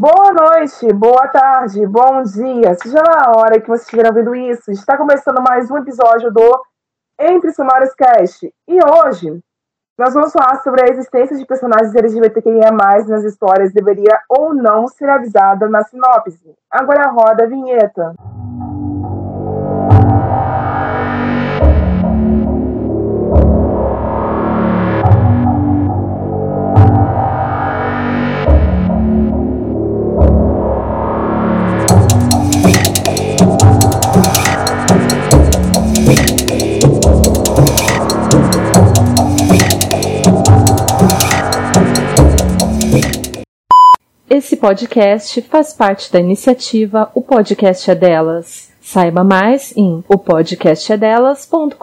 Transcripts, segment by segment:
Boa noite, boa tarde, bom dia, seja lá a hora que você estiver ouvindo isso. Está começando mais um episódio do Entre Sumários Cast. E hoje nós vamos falar sobre a existência de personagens LGBTQIA+, nas histórias deveria ou não ser avisada na sinopse. Agora roda a vinheta. Esse podcast faz parte da iniciativa O Podcast é Delas. Saiba mais em opodcastedelas.com.br.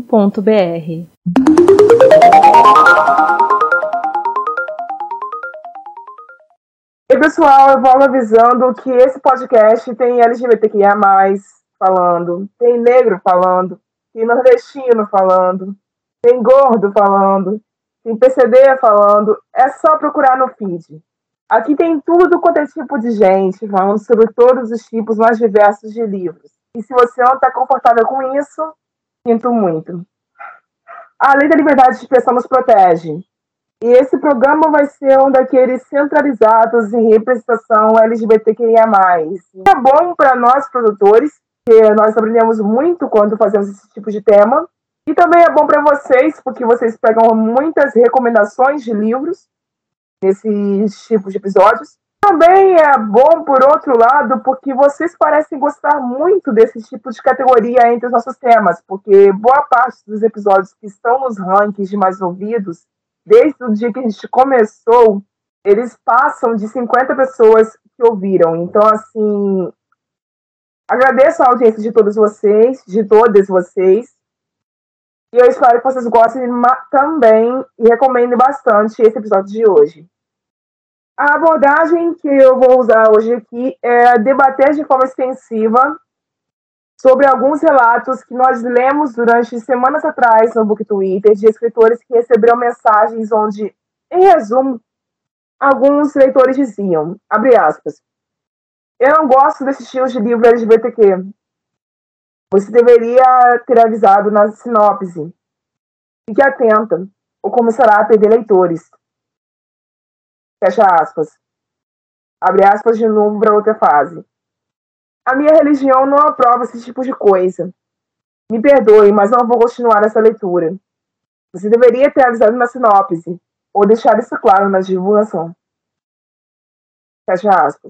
E pessoal, eu vou avisando que esse podcast tem LGBTQIA+, falando, tem negro falando, tem nordestino falando, tem gordo falando, tem PCD falando, é só procurar no feed. Aqui tem tudo quanto é tipo de gente, falando sobre todos os tipos mais diversos de livros. E se você não está confortável com isso, sinto muito. A Lei da Liberdade de Expressão nos protege. E esse programa vai ser um daqueles centralizados em representação LGBTQIA+. É bom para nós, produtores, porque nós aprendemos muito quando fazemos esse tipo de tema. E também é bom para vocês, porque vocês pegam muitas recomendações de livros nesses tipos de episódios. Também é bom, por outro lado, porque vocês parecem gostar muito desse tipo de categoria entre os nossos temas, porque boa parte dos episódios que estão nos rankings de mais ouvidos, desde o dia que a gente começou, eles passam de 50 pessoas que ouviram. Então, assim, agradeço a audiência de todos vocês, de todas vocês, e eu espero que vocês gostem também e recomendem bastante esse episódio de hoje. A abordagem que eu vou usar hoje aqui é debater de forma extensiva sobre alguns relatos que nós lemos durante semanas atrás no Book Twitter de escritores que receberam mensagens onde, em resumo, alguns leitores diziam, abre aspas, eu não gosto desse estilo de livro LGBTQ. Você deveria ter avisado na sinopse. Fique atenta, ou começará a perder leitores. Fecha aspas. Abre aspas de novo para outra fase. A minha religião não aprova esse tipo de coisa. Me perdoe, mas não vou continuar essa leitura. Você deveria ter avisado na sinopse, ou deixar isso claro na divulgação. Fecha aspas.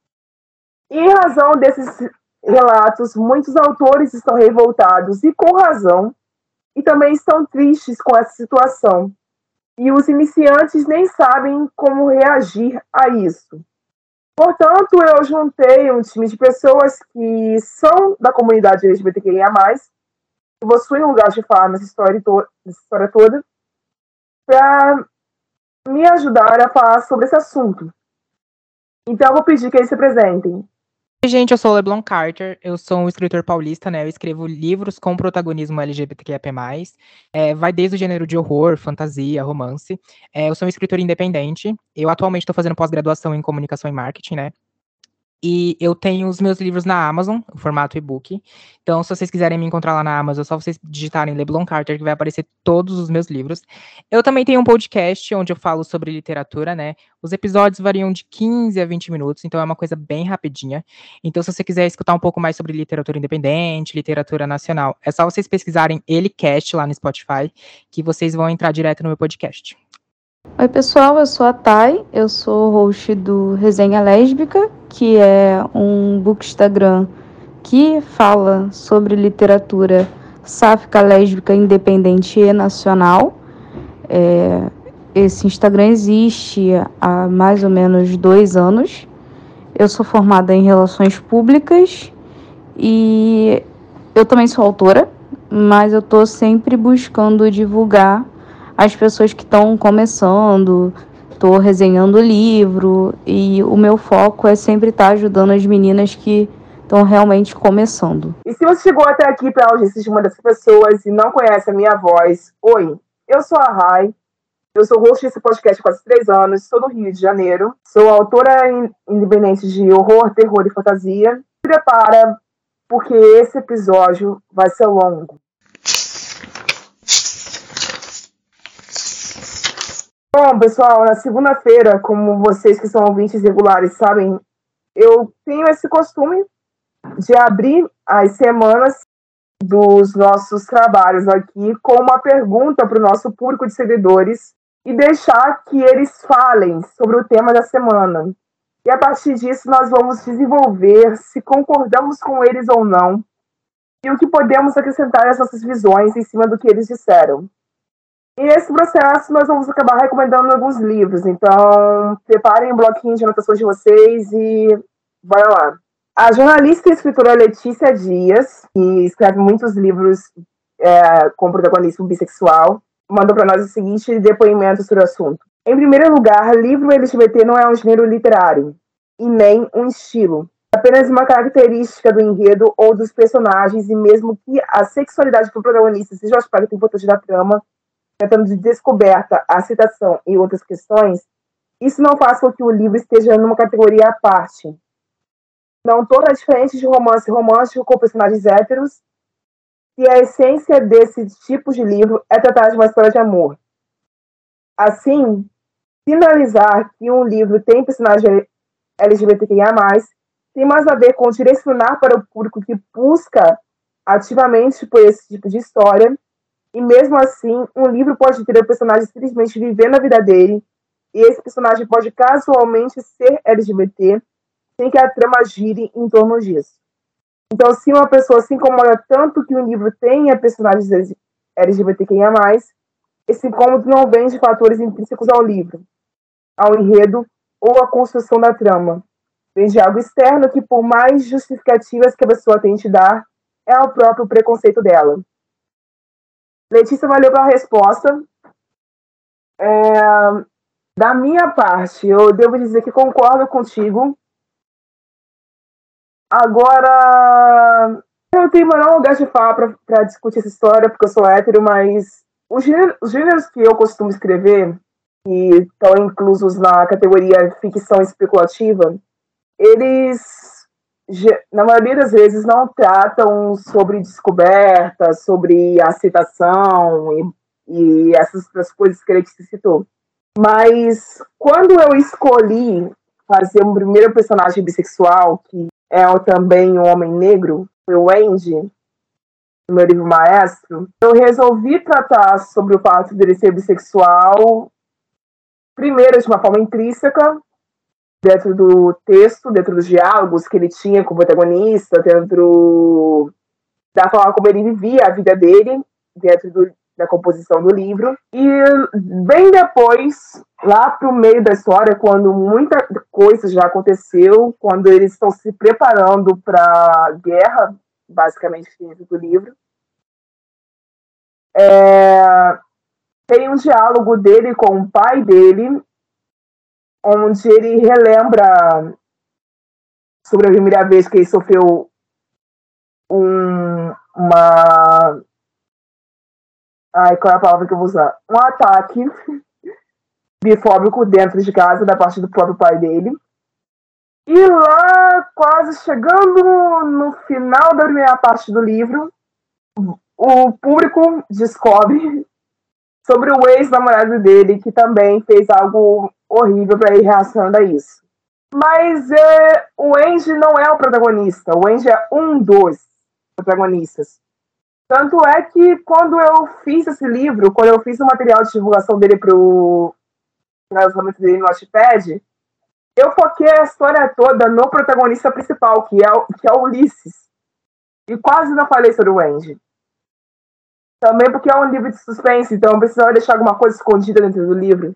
E em razão desses relatos, muitos autores estão revoltados, e com razão, e também estão tristes com essa situação. E os iniciantes nem sabem como reagir a isso. Portanto, eu juntei um time de pessoas que são da comunidade LGBTQIA+, que possuem um lugar de fala nessa história toda, para me ajudar a falar sobre esse assunto. Então, eu vou pedir que eles se apresentem. Oi, gente, eu sou o Leblon Carter, eu sou um escritor paulista, né, eu escrevo livros com protagonismo LGBTQIA+, vai desde o gênero de horror, fantasia, romance, eu sou um escritor independente, eu atualmente estou fazendo pós-graduação em comunicação e marketing, né, e eu tenho os meus livros na Amazon, o formato e-book. Então, se vocês quiserem me encontrar lá na Amazon, é só vocês digitarem Leblon Carter, que vai aparecer todos os meus livros. Eu também tenho um podcast onde eu falo sobre literatura, né? Os episódios variam de 15 a 20 minutos, então é uma coisa bem rapidinha. Então, se você quiser escutar um pouco mais sobre literatura independente, literatura nacional, é só vocês pesquisarem Elecast lá no Spotify, que vocês vão entrar direto no meu podcast. Oi pessoal, eu sou a Thay, eu sou host do Resenha Lésbica, que é um bookstagram que fala sobre literatura sáfica, lésbica, independente e nacional. Esse Instagram existe há mais ou menos 2 anos. Eu sou formada em Relações Públicas e eu também sou autora, mas eu estou sempre buscando divulgar as pessoas que estão começando, estou resenhando livro e o meu foco é sempre estar ajudando as meninas que estão realmente começando. E se você chegou até aqui para a audiência de uma dessas pessoas e não conhece a minha voz, oi, eu sou a Rai, Eu sou host desse podcast há quase 3 anos, sou do Rio de Janeiro, sou autora independente de horror, terror e fantasia. Se prepara, porque esse episódio vai ser longo. Bom, pessoal, na segunda-feira, como vocês que são ouvintes regulares sabem, eu tenho esse costume de abrir as semanas dos nossos trabalhos aqui com uma pergunta para o nosso público de seguidores e deixar que eles falem sobre o tema da semana. E a partir disso nós vamos desenvolver se concordamos com eles ou não e o que podemos acrescentar às nossas visões em cima do que eles disseram. E nesse processo nós vamos acabar recomendando alguns livros, então preparem um bloquinho de anotações de vocês e bora lá. A jornalista e escritora Letícia Dias, que escreve muitos livros com protagonismo bissexual, mandou para nós o seguinte depoimento sobre o assunto. Em primeiro lugar, livro LGBT não é um gênero literário, e nem um estilo. Apenas uma característica do enredo ou dos personagens, e mesmo que a sexualidade do protagonista seja o aspecto importante da trama, tratando de descoberta, aceitação e outras questões, isso não faz com que o livro esteja numa categoria à parte. Não torna diferente de romance romântico com personagens héteros, se a essência desse tipo de livro é tratar de uma história de amor. Assim, sinalizar que um livro tem personagem LGBTQIA+, tem mais a ver com direcionar para o público que busca ativamente por esse tipo de história, e mesmo assim, um livro pode ter o personagem simplesmente vivendo a vida dele, e esse personagem pode casualmente ser LGBT, sem que a trama gire em torno disso. Então, se uma pessoa se incomoda tanto que um livro tenha personagens LGBTQIA+, esse incômodo não vem de fatores intrínsecos ao livro, ao enredo ou à construção da trama. Vem de algo externo que, por mais justificativas que a pessoa tente dar, é o próprio preconceito dela. Letícia, valeu pela resposta. Da minha parte, eu devo dizer que concordo contigo. Agora, eu não tenho o menor lugar de fala para discutir essa história, porque eu sou hétero, mas os gêneros que eu costumo escrever, que estão inclusos na categoria ficção especulativa, eles, na maioria das vezes, não tratam sobre descoberta, sobre aceitação e essas outras coisas que a Letícia citou. Mas quando eu escolhi fazer um primeiro personagem bissexual, que é também um homem negro, foi o Andy, no meu livro Maestro, eu resolvi tratar sobre o fato dele ser bissexual, primeiro de uma forma intrínseca, dentro do texto, dentro dos diálogos que ele tinha com o protagonista, dentro da forma como ele vivia a vida dele, dentro da composição do livro. E bem depois, lá pro meio da história, quando muita coisa já aconteceu, quando eles estão se preparando para a guerra, basicamente, dentro do livro, tem um diálogo dele com o pai dele, onde ele relembra sobre a primeira vez que ele sofreu qual é a palavra que eu vou usar? Um ataque bifóbico dentro de casa, da parte do próprio pai dele. E lá, quase chegando no final da primeira parte do livro, o público descobre sobre o ex-namorado dele, que também fez algo horrível para ir reacionando a isso. Mas o Andy não é o protagonista. O Andy é um dos protagonistas. Tanto é que quando eu fiz esse livro, quando eu fiz o material de divulgação dele para o lançamento dele no Wattpad, eu foquei a história toda no protagonista principal, que é o Ulisses. E quase não falei sobre o Andy. Também porque é um livro de suspense, então eu precisava deixar alguma coisa escondida dentro do livro.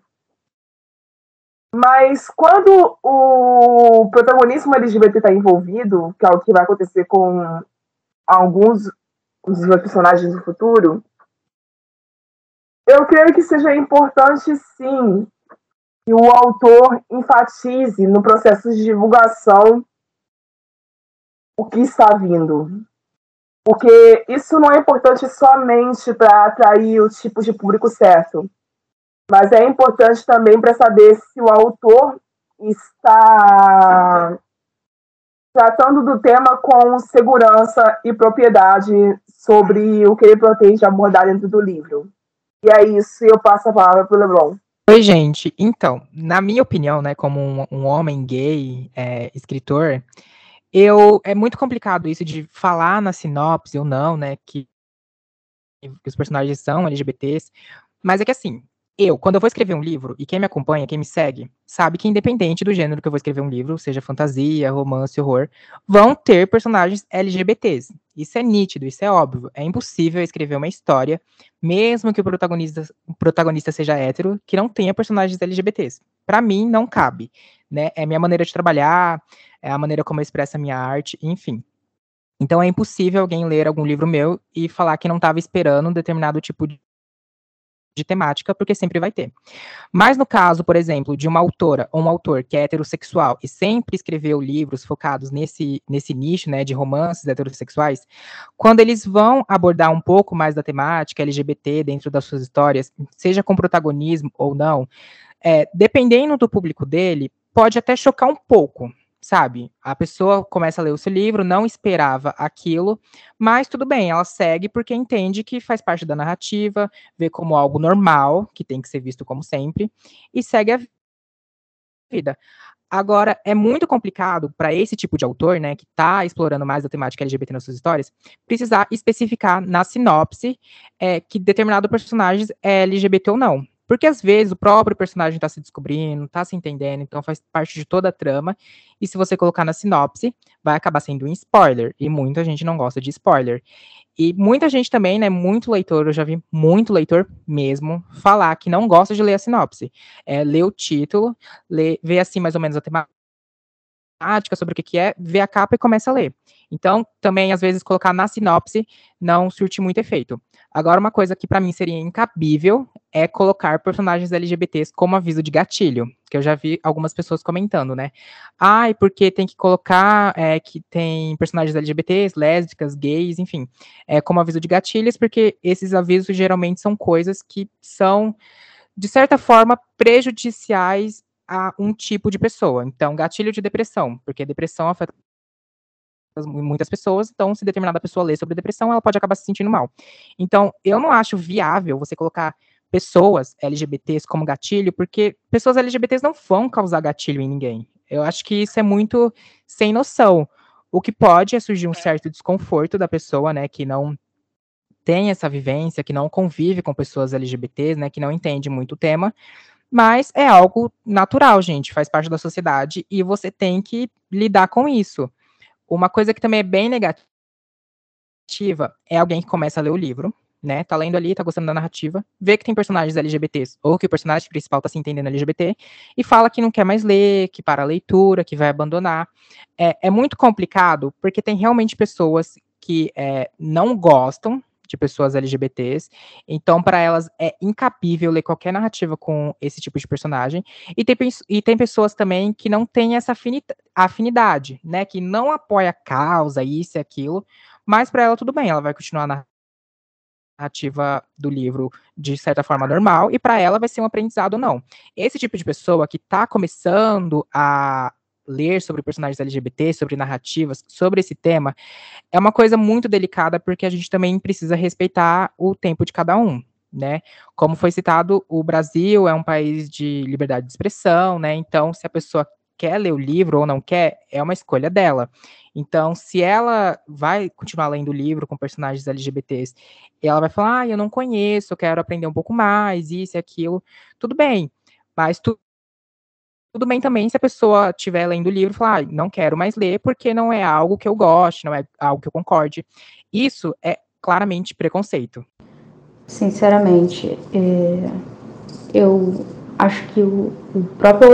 Mas quando o protagonismo LGBT está envolvido, que é o que vai acontecer com alguns dos meus personagens no futuro, eu creio que seja importante, sim, que o autor enfatize no processo de divulgação o que está vindo. Porque isso não é importante somente para atrair o tipo de público certo. Mas é importante também para saber se o autor está tratando do tema com segurança e propriedade sobre o que ele pretende abordar dentro do livro. E é isso, eu passo a palavra para o Leblon. Oi, gente. Então, na minha opinião, né, como um homem gay, escritor, é muito complicado isso de falar na sinopse ou não, né, que os personagens são LGBTs, mas é que assim, quando eu vou escrever um livro, e quem me acompanha, quem me segue, sabe que independente do gênero que eu vou escrever um livro, seja fantasia, romance, horror, vão ter personagens LGBTs. Isso é nítido, isso é óbvio. É impossível escrever uma história, mesmo que o protagonista seja hétero, que não tenha personagens LGBTs. Para mim, não cabe, né? É a minha maneira de trabalhar, é a maneira como eu expresso a minha arte, enfim. Então é impossível alguém ler algum livro meu e falar que não estava esperando um determinado tipo de temática, porque sempre vai ter. Mas no caso, por exemplo, de uma autora ou um autor que é heterossexual e sempre escreveu livros focados nesse nicho, né, de romances heterossexuais, quando eles vão abordar um pouco mais da temática LGBT dentro das suas histórias, seja com protagonismo ou não, dependendo do público dele, pode até chocar um pouco, sabe? A pessoa começa a ler o seu livro, não esperava aquilo, mas tudo bem, ela segue porque entende que faz parte da narrativa, vê como algo normal, que tem que ser visto como sempre, e segue a vida. Agora, é muito complicado para esse tipo de autor, né, que está explorando mais a temática LGBT nas suas histórias, precisar especificar na sinopse que determinado personagem é LGBT ou não. Porque às vezes o próprio personagem está se descobrindo, está se entendendo, então faz parte de toda a trama. E se você colocar na sinopse, vai acabar sendo um spoiler. E muita gente não gosta de spoiler. E muita gente também, né, muito leitor, eu já vi muito leitor mesmo, falar que não gosta de ler a sinopse. Lê o título, vê assim mais ou menos a temática, sobre o que é, vê a capa e começa a ler. Então, também, às vezes, colocar na sinopse não surte muito efeito. Agora, uma coisa que para mim seria incabível é colocar personagens LGBTs como aviso de gatilho, que eu já vi algumas pessoas comentando, né? Ai, porque tem que colocar que tem personagens LGBTs, lésbicas, gays, enfim, como aviso de gatilhos, porque esses avisos geralmente são coisas que são, de certa forma, prejudiciais a um tipo de pessoa. Então, gatilho de depressão, porque depressão afeta muitas pessoas, então se determinada pessoa lê sobre depressão, ela pode acabar se sentindo mal. Então, eu não acho viável você colocar pessoas LGBTs como gatilho, porque pessoas LGBTs não vão causar gatilho em ninguém. Eu acho que isso é muito sem noção. O que pode é surgir um certo desconforto da pessoa, né, que não tem essa vivência, que não convive com pessoas LGBTs, né, que não entende muito o tema, mas é algo natural, gente, faz parte da sociedade e você tem que lidar com isso. Uma coisa que também é bem negativa é alguém que começa a ler o livro, né? Tá lendo ali, tá gostando da narrativa, vê que tem personagens LGBTs, ou que o personagem principal tá se entendendo LGBT, e fala que não quer mais ler, que para a leitura, que vai abandonar. É muito complicado, porque tem realmente pessoas que não gostam de pessoas LGBTs, então para elas é incapível ler qualquer narrativa com esse tipo de personagem, e tem pessoas também que não têm essa afinidade, né, que não apoia a causa, isso e aquilo, mas para ela tudo bem, ela vai continuar na narrativa do livro de certa forma normal, e para ela vai ser um aprendizado ou não. Esse tipo de pessoa que está começando a ler sobre personagens LGBT, sobre narrativas, sobre esse tema, é uma coisa muito delicada, porque a gente também precisa respeitar o tempo de cada um, né? Como foi citado, o Brasil é um país de liberdade de expressão, né? Então, se a pessoa quer ler o livro ou não quer, é uma escolha dela. Então, se ela vai continuar lendo o livro com personagens LGBTs, e ela vai falar, eu não conheço, eu quero aprender um pouco mais, isso e aquilo, tudo bem. Mas tudo bem também se a pessoa estiver lendo o livro e falar, não quero mais ler porque não é algo que eu goste, não é algo que eu concorde. Isso é claramente preconceito. Sinceramente, eu acho que o próprio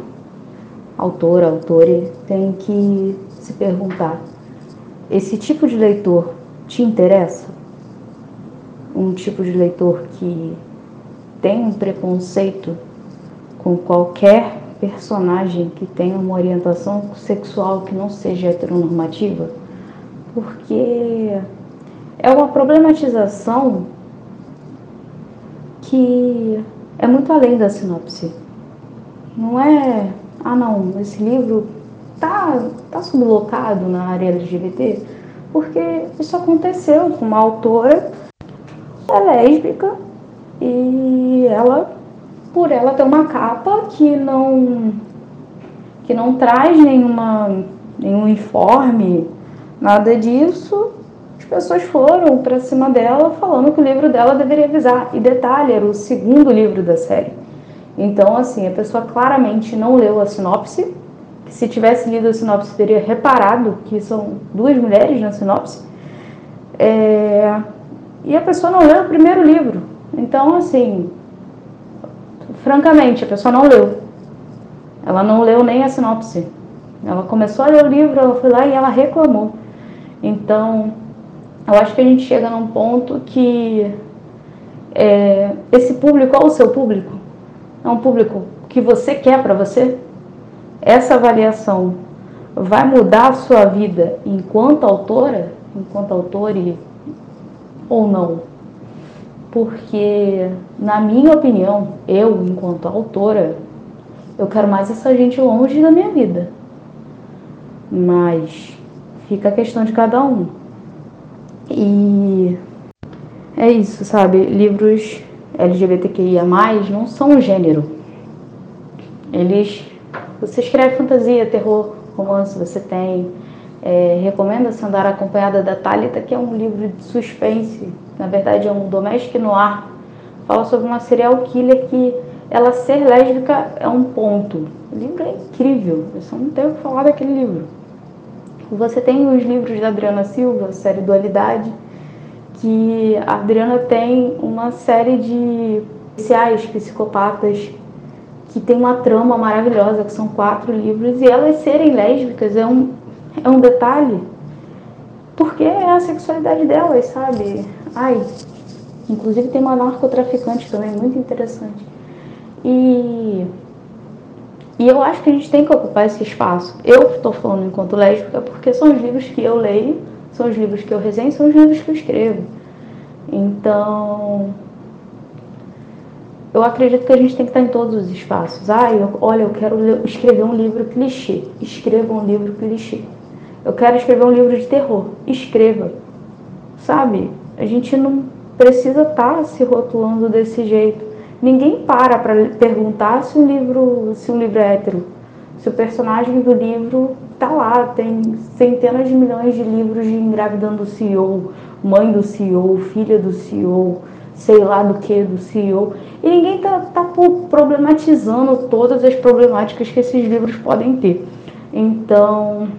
autore, tem que se perguntar, esse tipo de leitor te interessa? Um tipo de leitor que tem um preconceito com qualquer personagem que tenha uma orientação sexual que não seja heteronormativa? Porque é uma problematização que é muito além da sinopse. Não é, não, esse livro tá sublocado na área LGBT, porque isso aconteceu com uma autora, é lésbica, e por ela ter uma capa que não traz nenhum informe, nada disso, as pessoas foram para cima dela falando que o livro dela deveria avisar. E detalhe, era o segundo livro da série. Então, assim, a pessoa claramente não leu a sinopse, que se tivesse lido a sinopse teria reparado que são 2 mulheres na sinopse, e a pessoa não leu o primeiro livro. Então, assim, francamente, a pessoa não leu. Ela não leu nem a sinopse. Ela começou a ler o livro, ela foi lá e ela reclamou. Então, eu acho que a gente chega num ponto que esse público é o seu público. É um público que você quer para você. Essa avaliação vai mudar a sua vida enquanto autora, enquanto autor ou não? Porque, na minha opinião, eu, enquanto autora, eu quero mais essa gente longe da minha vida. Mas fica a questão de cada um. E é isso, sabe? Livros LGBTQIA+, não são um gênero. Você escreve fantasia, terror, romance, você tem. Recomenda-se Andar Acompanhada, da Thalita, que é um livro de suspense. Na verdade, é um domestic noir. Fala sobre uma serial killer que ela ser lésbica é um ponto. O livro é incrível, eu só não tenho o que falar daquele livro. Você tem os livros da Adriana Silva, a série Dualidade, que a Adriana tem uma série de policiais, psicopatas, que tem uma trama maravilhosa, que são 4 livros, e elas serem lésbicas é um detalhe, porque é a sexualidade delas, sabe? Inclusive tem uma narcotraficante também, muito interessante. E eu acho que a gente tem que ocupar esse espaço. Eu estou falando enquanto lésbica porque são os livros que eu leio, são os livros que eu resenho, são os livros que eu escrevo. Então, eu acredito que a gente tem que estar em todos os espaços. Eu quero escrever um livro clichê. Escreva um livro clichê. Eu quero escrever um livro de terror. Escreva. Sabe? A gente não precisa estar se rotulando desse jeito. Ninguém para perguntar se um livro é hétero. Se o personagem do livro tá lá, tem centenas de milhões de livros de engravidando o CEO, mãe do CEO, filha do CEO, sei lá do que do CEO. E ninguém tá problematizando todas as problemáticas que esses livros podem ter. Então,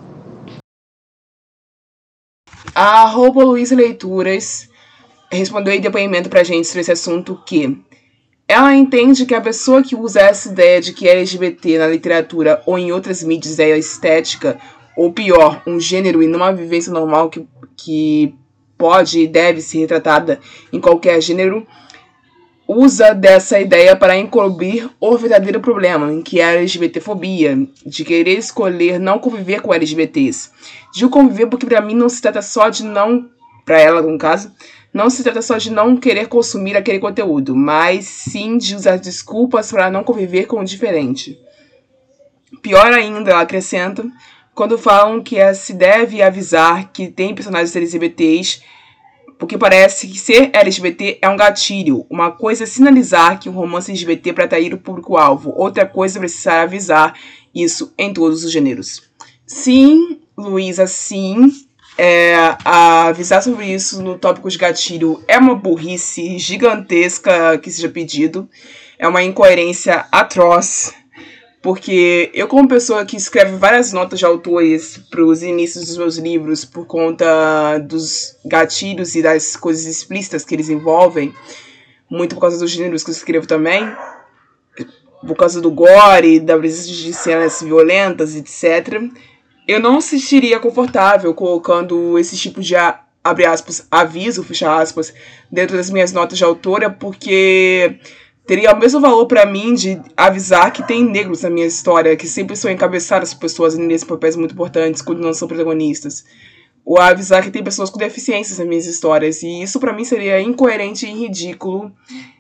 a @Luísa Leituras respondeu em depoimento pra gente sobre esse assunto que ela entende que a pessoa que usa essa ideia de que LGBT na literatura ou em outras mídias é estética, ou pior, um gênero e não uma vivência normal que pode e deve ser retratada em qualquer gênero, usa dessa ideia para encobrir o verdadeiro problema, em que é a LGBTfobia, de querer escolher não conviver com LGBTs. Digo conviver porque para mim não se trata só de não, para ela no caso, não se trata só de não querer consumir aquele conteúdo, mas sim de usar desculpas para não conviver com o diferente. Pior ainda, ela acrescenta, quando falam que se deve avisar que tem personagens LGBTs, porque parece que ser LGBT é um gatilho. Uma coisa é sinalizar que um romance LGBT é para atrair o público-alvo. Outra coisa é precisar avisar isso em todos os gêneros. Sim, Luísa, sim. Avisar sobre isso no tópico de gatilho é uma burrice gigantesca que seja pedido. É uma incoerência atroz. Porque eu, como pessoa que escreve várias notas de autores para os inícios dos meus livros por conta dos gatilhos e das coisas explícitas que eles envolvem, muito por causa dos gêneros que eu escrevo também, por causa do gore, da presença de cenas violentas, etc., eu não me sentiria confortável colocando esse tipo de, abre aspas, aviso, fecha aspas, dentro das minhas notas de autora, porque teria o mesmo valor para mim de avisar que tem negros na minha história, que sempre são encabeçadas por pessoas nesses papéis muito importantes, quando não são protagonistas. Ou avisar que tem pessoas com deficiências nas minhas histórias. E isso para mim seria incoerente e ridículo.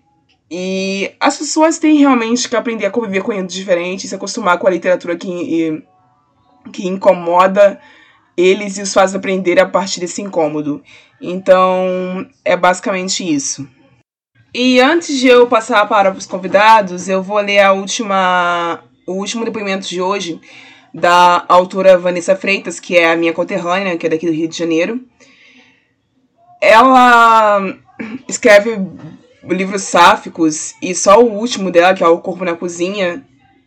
E as pessoas têm realmente que aprender a conviver com eles diferentes, se acostumar com a literatura que incomoda eles e os faz aprender a partir desse incômodo. Então, é basicamente isso. E antes de eu passar para os convidados, eu vou ler o último depoimento de hoje da autora Vanessa Freitas, que é a minha conterrânea, que é daqui do Rio de Janeiro. Ela escreve livros sáficos, e só o último dela, que é O Corpo na Cozinha,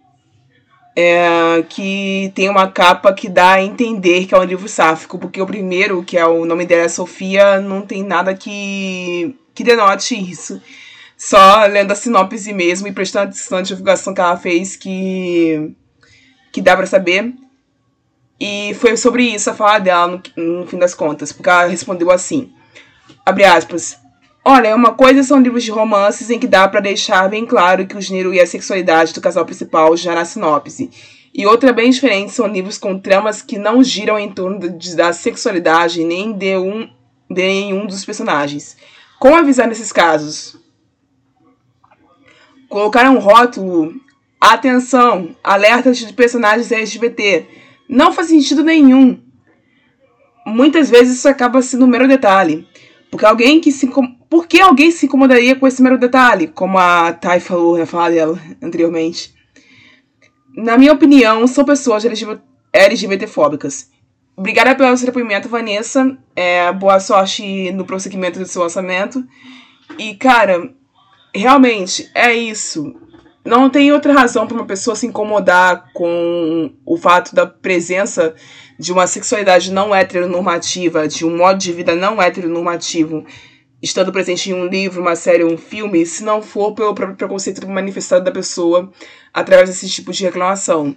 que tem uma capa que dá a entender que é um livro sáfico, porque o primeiro, que é o nome dela é Sofia, não tem nada que denote isso. Só lendo a sinopse mesmo e prestando atenção na divulgação que ela fez que dá pra saber. E foi sobre isso a fala dela no fim das contas, porque ela respondeu assim, abre aspas, olha, uma coisa são livros de romances em que dá pra deixar bem claro que o gênero e a sexualidade do casal principal já na sinopse. E outra bem diferente são livros com tramas que não giram em torno da sexualidade nem de nenhum dos personagens. Como avisar nesses casos? Colocar um rótulo, atenção, alerta de personagens LGBT. Não faz sentido nenhum. Muitas vezes isso acaba sendo um mero detalhe. Por que alguém se incomodaria com esse mero detalhe? Como a Thay falou na fala dela anteriormente. Na minha opinião, são pessoas LGBTfóbicas. Obrigada pelo seu depoimento, Vanessa. Boa sorte no prosseguimento do seu lançamento. E, cara, realmente, é isso. Não tem outra razão para uma pessoa se incomodar com o fato da presença de uma sexualidade não heteronormativa, de um modo de vida não heteronormativo, estando presente em um livro, uma série ou um filme, se não for pelo próprio preconceito manifestado da pessoa através desse tipo de reclamação.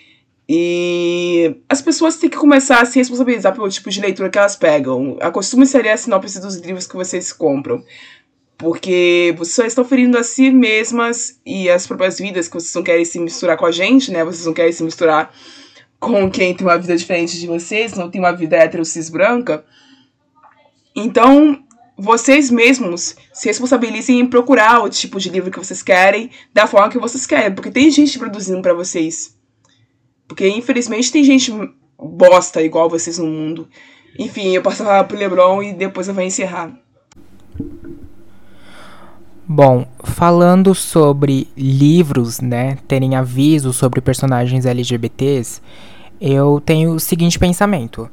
E as pessoas têm que começar a se responsabilizar pelo tipo de leitura que elas pegam. Acostume-se a ler a sinopse dos livros que vocês compram, porque vocês só estão ferindo a si mesmas e as próprias vidas, que vocês não querem se misturar com a gente, né? Vocês não querem se misturar com quem tem uma vida diferente de vocês, não tem uma vida hétero cis branca. Então, vocês mesmos se responsabilizem em procurar o tipo de livro que vocês querem, da forma que vocês querem, porque tem gente produzindo pra vocês. Porque, infelizmente, tem gente bosta igual vocês no mundo. Enfim, eu passo a falar pro Lebron e depois eu vou encerrar. Bom, falando sobre livros, né, terem avisos sobre personagens LGBTs, eu tenho o seguinte pensamento.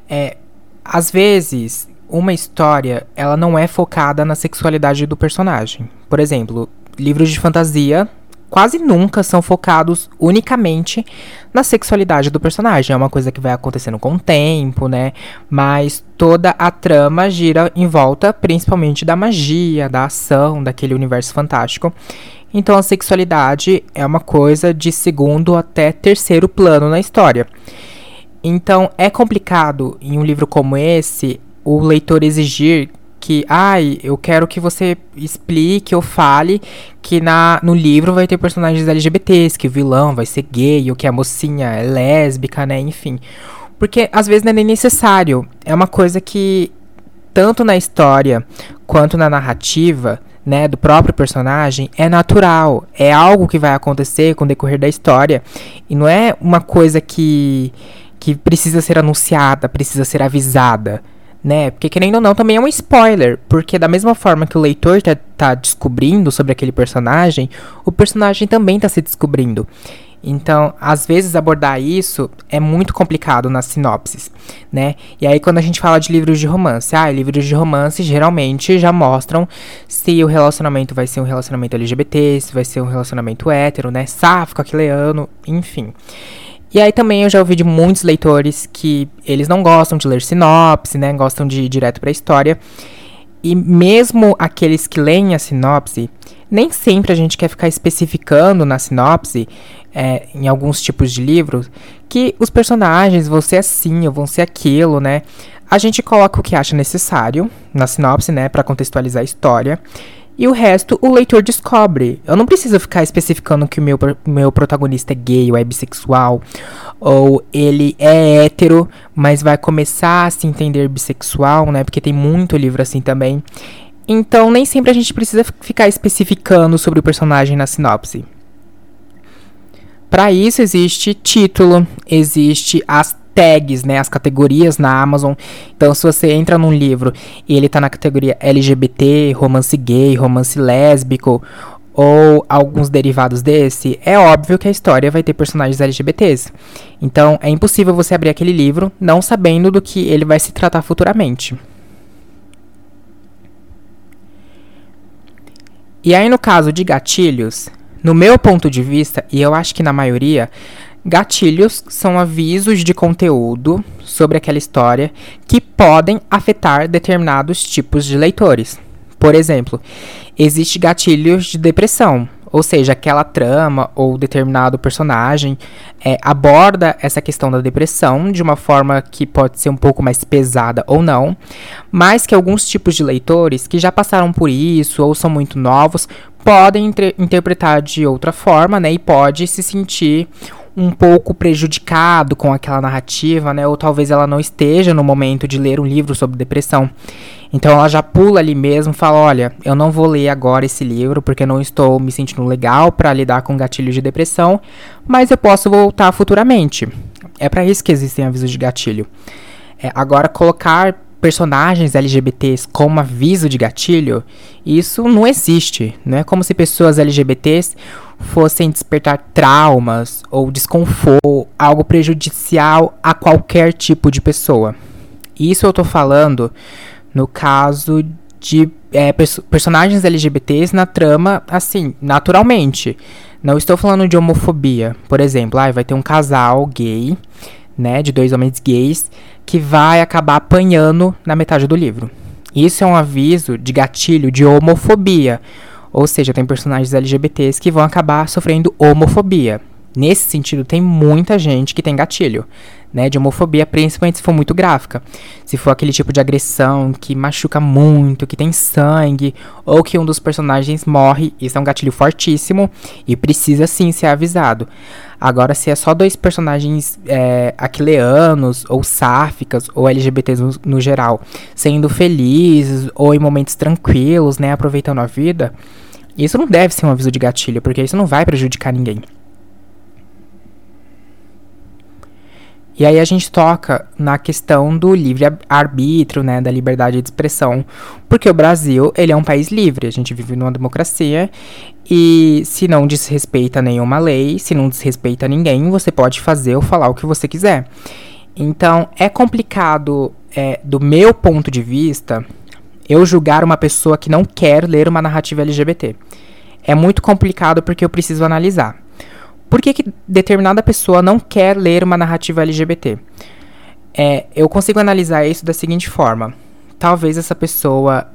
Às vezes, uma história, ela não é focada na sexualidade do personagem. Por exemplo, livros de fantasia quase nunca são focados unicamente na sexualidade do personagem. É uma coisa que vai acontecendo com o tempo, né? Mas toda a trama gira em volta, principalmente da magia, da ação, daquele universo fantástico. Então a sexualidade é uma coisa de segundo até terceiro plano na história. Então é complicado, em um livro como esse, o leitor exigir que, eu quero que você explique ou fale que no livro vai ter personagens LGBTs, que o vilão vai ser gay, ou que a mocinha é lésbica, né, enfim. Porque às vezes não é nem necessário. É uma coisa que, tanto na história quanto na narrativa, né, do próprio personagem, é natural. É algo que vai acontecer com o decorrer da história. E não é uma coisa que precisa ser anunciada, precisa ser avisada, né? Porque, querendo ou não, também é um spoiler. Porque da mesma forma que o leitor tá descobrindo sobre aquele personagem, o personagem também tá se descobrindo. Então, às vezes, abordar isso é muito complicado nas sinopses, né? E aí, quando a gente fala de livros de romance, livros de romance geralmente já mostram se o relacionamento vai ser um relacionamento LGBT, se vai ser um relacionamento hétero, né? Sáfico, aquiliano, enfim. E aí também eu já ouvi de muitos leitores que eles não gostam de ler sinopse, né? Gostam de ir direto pra história. E mesmo aqueles que leem a sinopse, nem sempre a gente quer ficar especificando na sinopse, em alguns tipos de livros, que os personagens vão ser assim ou vão ser aquilo, né? A gente coloca o que acha necessário na sinopse, né? Pra contextualizar a história. E o resto, o leitor descobre. Eu não preciso ficar especificando que o meu protagonista é gay ou é bissexual. Ou ele é hétero, mas vai começar a se entender bissexual, né? Porque tem muito livro assim também. Então, nem sempre a gente precisa ficar especificando sobre o personagem na sinopse. Para isso, existe título, existe as tags, né, as categorias na Amazon. Então, se você entra num livro e ele tá na categoria LGBT, romance gay, romance lésbico, ou alguns derivados desse, é óbvio que a história vai ter personagens LGBTs. Então, é impossível você abrir aquele livro não sabendo do que ele vai se tratar futuramente. E aí, no caso de gatilhos, no meu ponto de vista, e eu acho que na maioria, gatilhos são avisos de conteúdo sobre aquela história que podem afetar determinados tipos de leitores. Por exemplo, existe gatilhos de depressão, ou seja, aquela trama ou determinado personagem aborda essa questão da depressão de uma forma que pode ser um pouco mais pesada ou não, mas que alguns tipos de leitores que já passaram por isso ou são muito novos podem interpretar de outra forma, né, e pode se sentir um pouco prejudicado com aquela narrativa, né, ou talvez ela não esteja no momento de ler um livro sobre depressão. Então ela já pula ali mesmo e fala, olha, eu não vou ler agora esse livro porque eu não estou me sentindo legal para lidar com gatilhos de depressão, mas eu posso voltar futuramente. É para isso que existem avisos de gatilho. Agora, colocar personagens LGBTs como aviso de gatilho, isso não existe. Não é como se pessoas LGBTs fossem despertar traumas ou desconforto, algo prejudicial a qualquer tipo de pessoa. Isso eu tô falando no caso de personagens LGBTs na trama, assim, naturalmente. Não estou falando de homofobia. Por exemplo, vai ter um casal gay, né, de 2 homens gays, que vai acabar apanhando na metade do livro. Isso é um aviso de gatilho de homofobia. Ou seja, tem personagens LGBTs que vão acabar sofrendo homofobia. Nesse sentido, tem muita gente que tem gatilho, né, de homofobia, principalmente se for muito gráfica. Se for aquele tipo de agressão que machuca muito, que tem sangue, ou que um dos personagens morre, isso é um gatilho fortíssimo e precisa sim ser avisado. Agora, se é só 2 personagens aquileanos, ou sáficas, ou LGBTs no geral, sendo felizes, ou em momentos tranquilos, né, aproveitando a vida, isso não deve ser um aviso de gatilho, porque isso não vai prejudicar ninguém. E aí a gente toca na questão do livre-arbítrio, né, da liberdade de expressão, porque o Brasil, ele é um país livre, a gente vive numa democracia, e se não desrespeita nenhuma lei, se não desrespeita ninguém, você pode fazer ou falar o que você quiser. Então, é complicado, do meu ponto de vista, eu julgar uma pessoa que não quer ler uma narrativa LGBT. É muito complicado porque eu preciso analisar. Por que determinada pessoa não quer ler uma narrativa LGBT? Eu consigo analisar isso da seguinte forma. Talvez essa pessoa,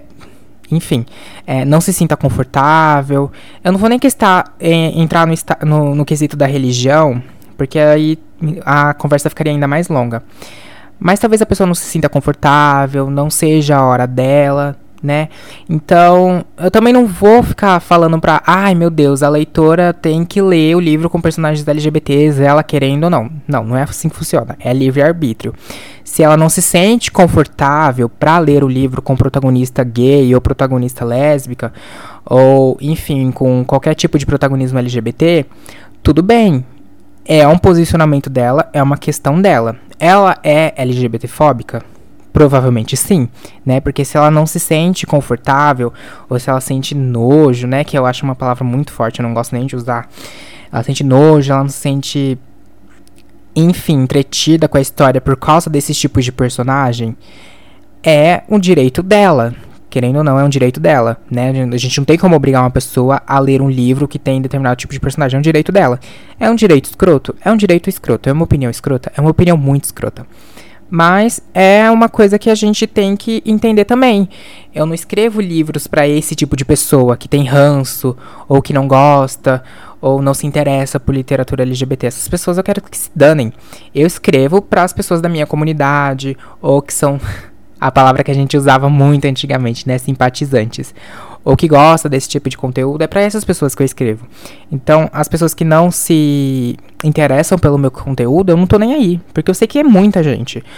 não se sinta confortável. Eu não vou nem entrar no quesito da religião, porque aí a conversa ficaria ainda mais longa. Mas talvez a pessoa não se sinta confortável, não seja a hora dela, né? Então, eu também não vou ficar falando ai meu Deus, a leitora tem que ler o livro com personagens LGBTs, ela querendo ou não. Não é assim que funciona, é livre-arbítrio. Se ela não se sente confortável para ler o livro com protagonista gay ou protagonista lésbica, ou enfim, com qualquer tipo de protagonismo LGBT, tudo bem. É um posicionamento dela, é uma questão dela. Ela é LGBT-fóbica? Provavelmente sim, né? Porque se ela não se sente confortável, ou se ela sente nojo, né? Que eu acho uma palavra muito forte, eu não gosto nem de usar. Ela sente nojo, ela não se sente, enfim, entretida com a história por causa desses tipos de personagem. É um direito dela. Querendo ou não, é um direito dela, né? A gente não tem como obrigar uma pessoa a ler um livro que tem determinado tipo de personagem. É um direito dela. É um direito escroto? É um direito escroto. É uma opinião escrota? É uma opinião muito escrota. Mas é uma coisa que a gente tem que entender também. Eu não escrevo livros para esse tipo de pessoa que tem ranço, ou que não gosta, ou não se interessa por literatura LGBT. Essas pessoas eu quero que se danem. Eu escrevo para as pessoas da minha comunidade, ou que são a palavra que a gente usava muito antigamente, né? Simpatizantes. Ou que gosta desse tipo de conteúdo, é para essas pessoas que eu escrevo. Então, as pessoas que não se interessam pelo meu conteúdo, eu não tô nem aí. Porque eu sei que é muita gente.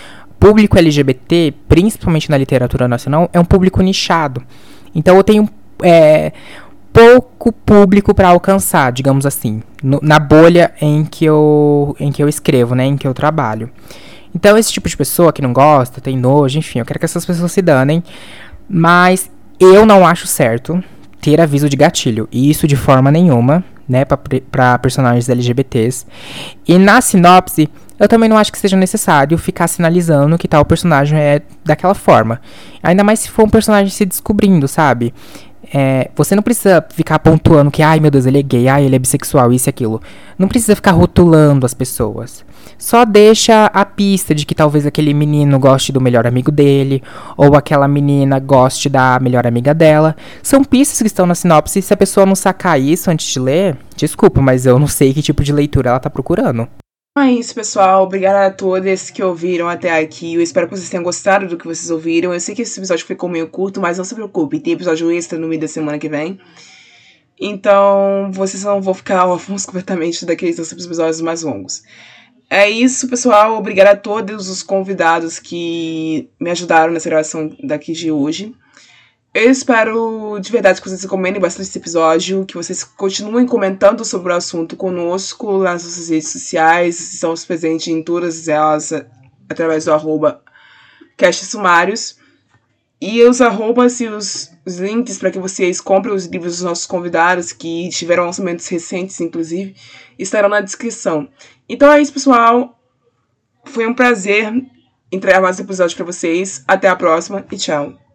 público LGBT, principalmente na literatura nacional, é um público nichado. Então eu tenho pouco público para alcançar, digamos assim, na bolha em que eu escrevo, né, em que eu trabalho. Então esse tipo de pessoa que não gosta, tem nojo, enfim, eu quero que essas pessoas se danem, mas eu não acho certo ter aviso de gatilho, e isso de forma nenhuma, né, para personagens LGBTs. E na sinopse, eu também não acho que seja necessário ficar sinalizando que tal personagem é daquela forma. Ainda mais se for um personagem se descobrindo, sabe? Você não precisa ficar pontuando que, ai meu Deus, ele é gay, ai ele é bissexual, isso e aquilo. Não precisa ficar rotulando as pessoas. Só deixa a pista de que talvez aquele menino goste do melhor amigo dele, ou aquela menina goste da melhor amiga dela. São pistas que estão na sinopse, e se a pessoa não sacar isso antes de ler, desculpa, mas eu não sei que tipo de leitura ela tá procurando. É isso, pessoal. Obrigada a todos que ouviram até aqui. Eu espero que vocês tenham gostado do que vocês ouviram. Eu sei que esse episódio ficou meio curto, mas não se preocupe. Tem episódio extra no meio da semana que vem. Então, vocês não vão ficar órfãos completamente daqueles episódios mais longos. É isso, pessoal. Obrigada a todos os convidados que me ajudaram nessa gravação daqui de hoje. Eu espero de verdade que vocês comentem bastante esse episódio, que vocês continuem comentando sobre o assunto conosco nas nossas redes sociais. Estamos presentes em todas elas através do @castsumários. E os arrobas e os links para que vocês comprem os livros dos nossos convidados, que tiveram lançamentos recentes, inclusive, estarão na descrição. Então é isso, pessoal. Foi um prazer entregar mais um episódio para vocês. Até a próxima e tchau.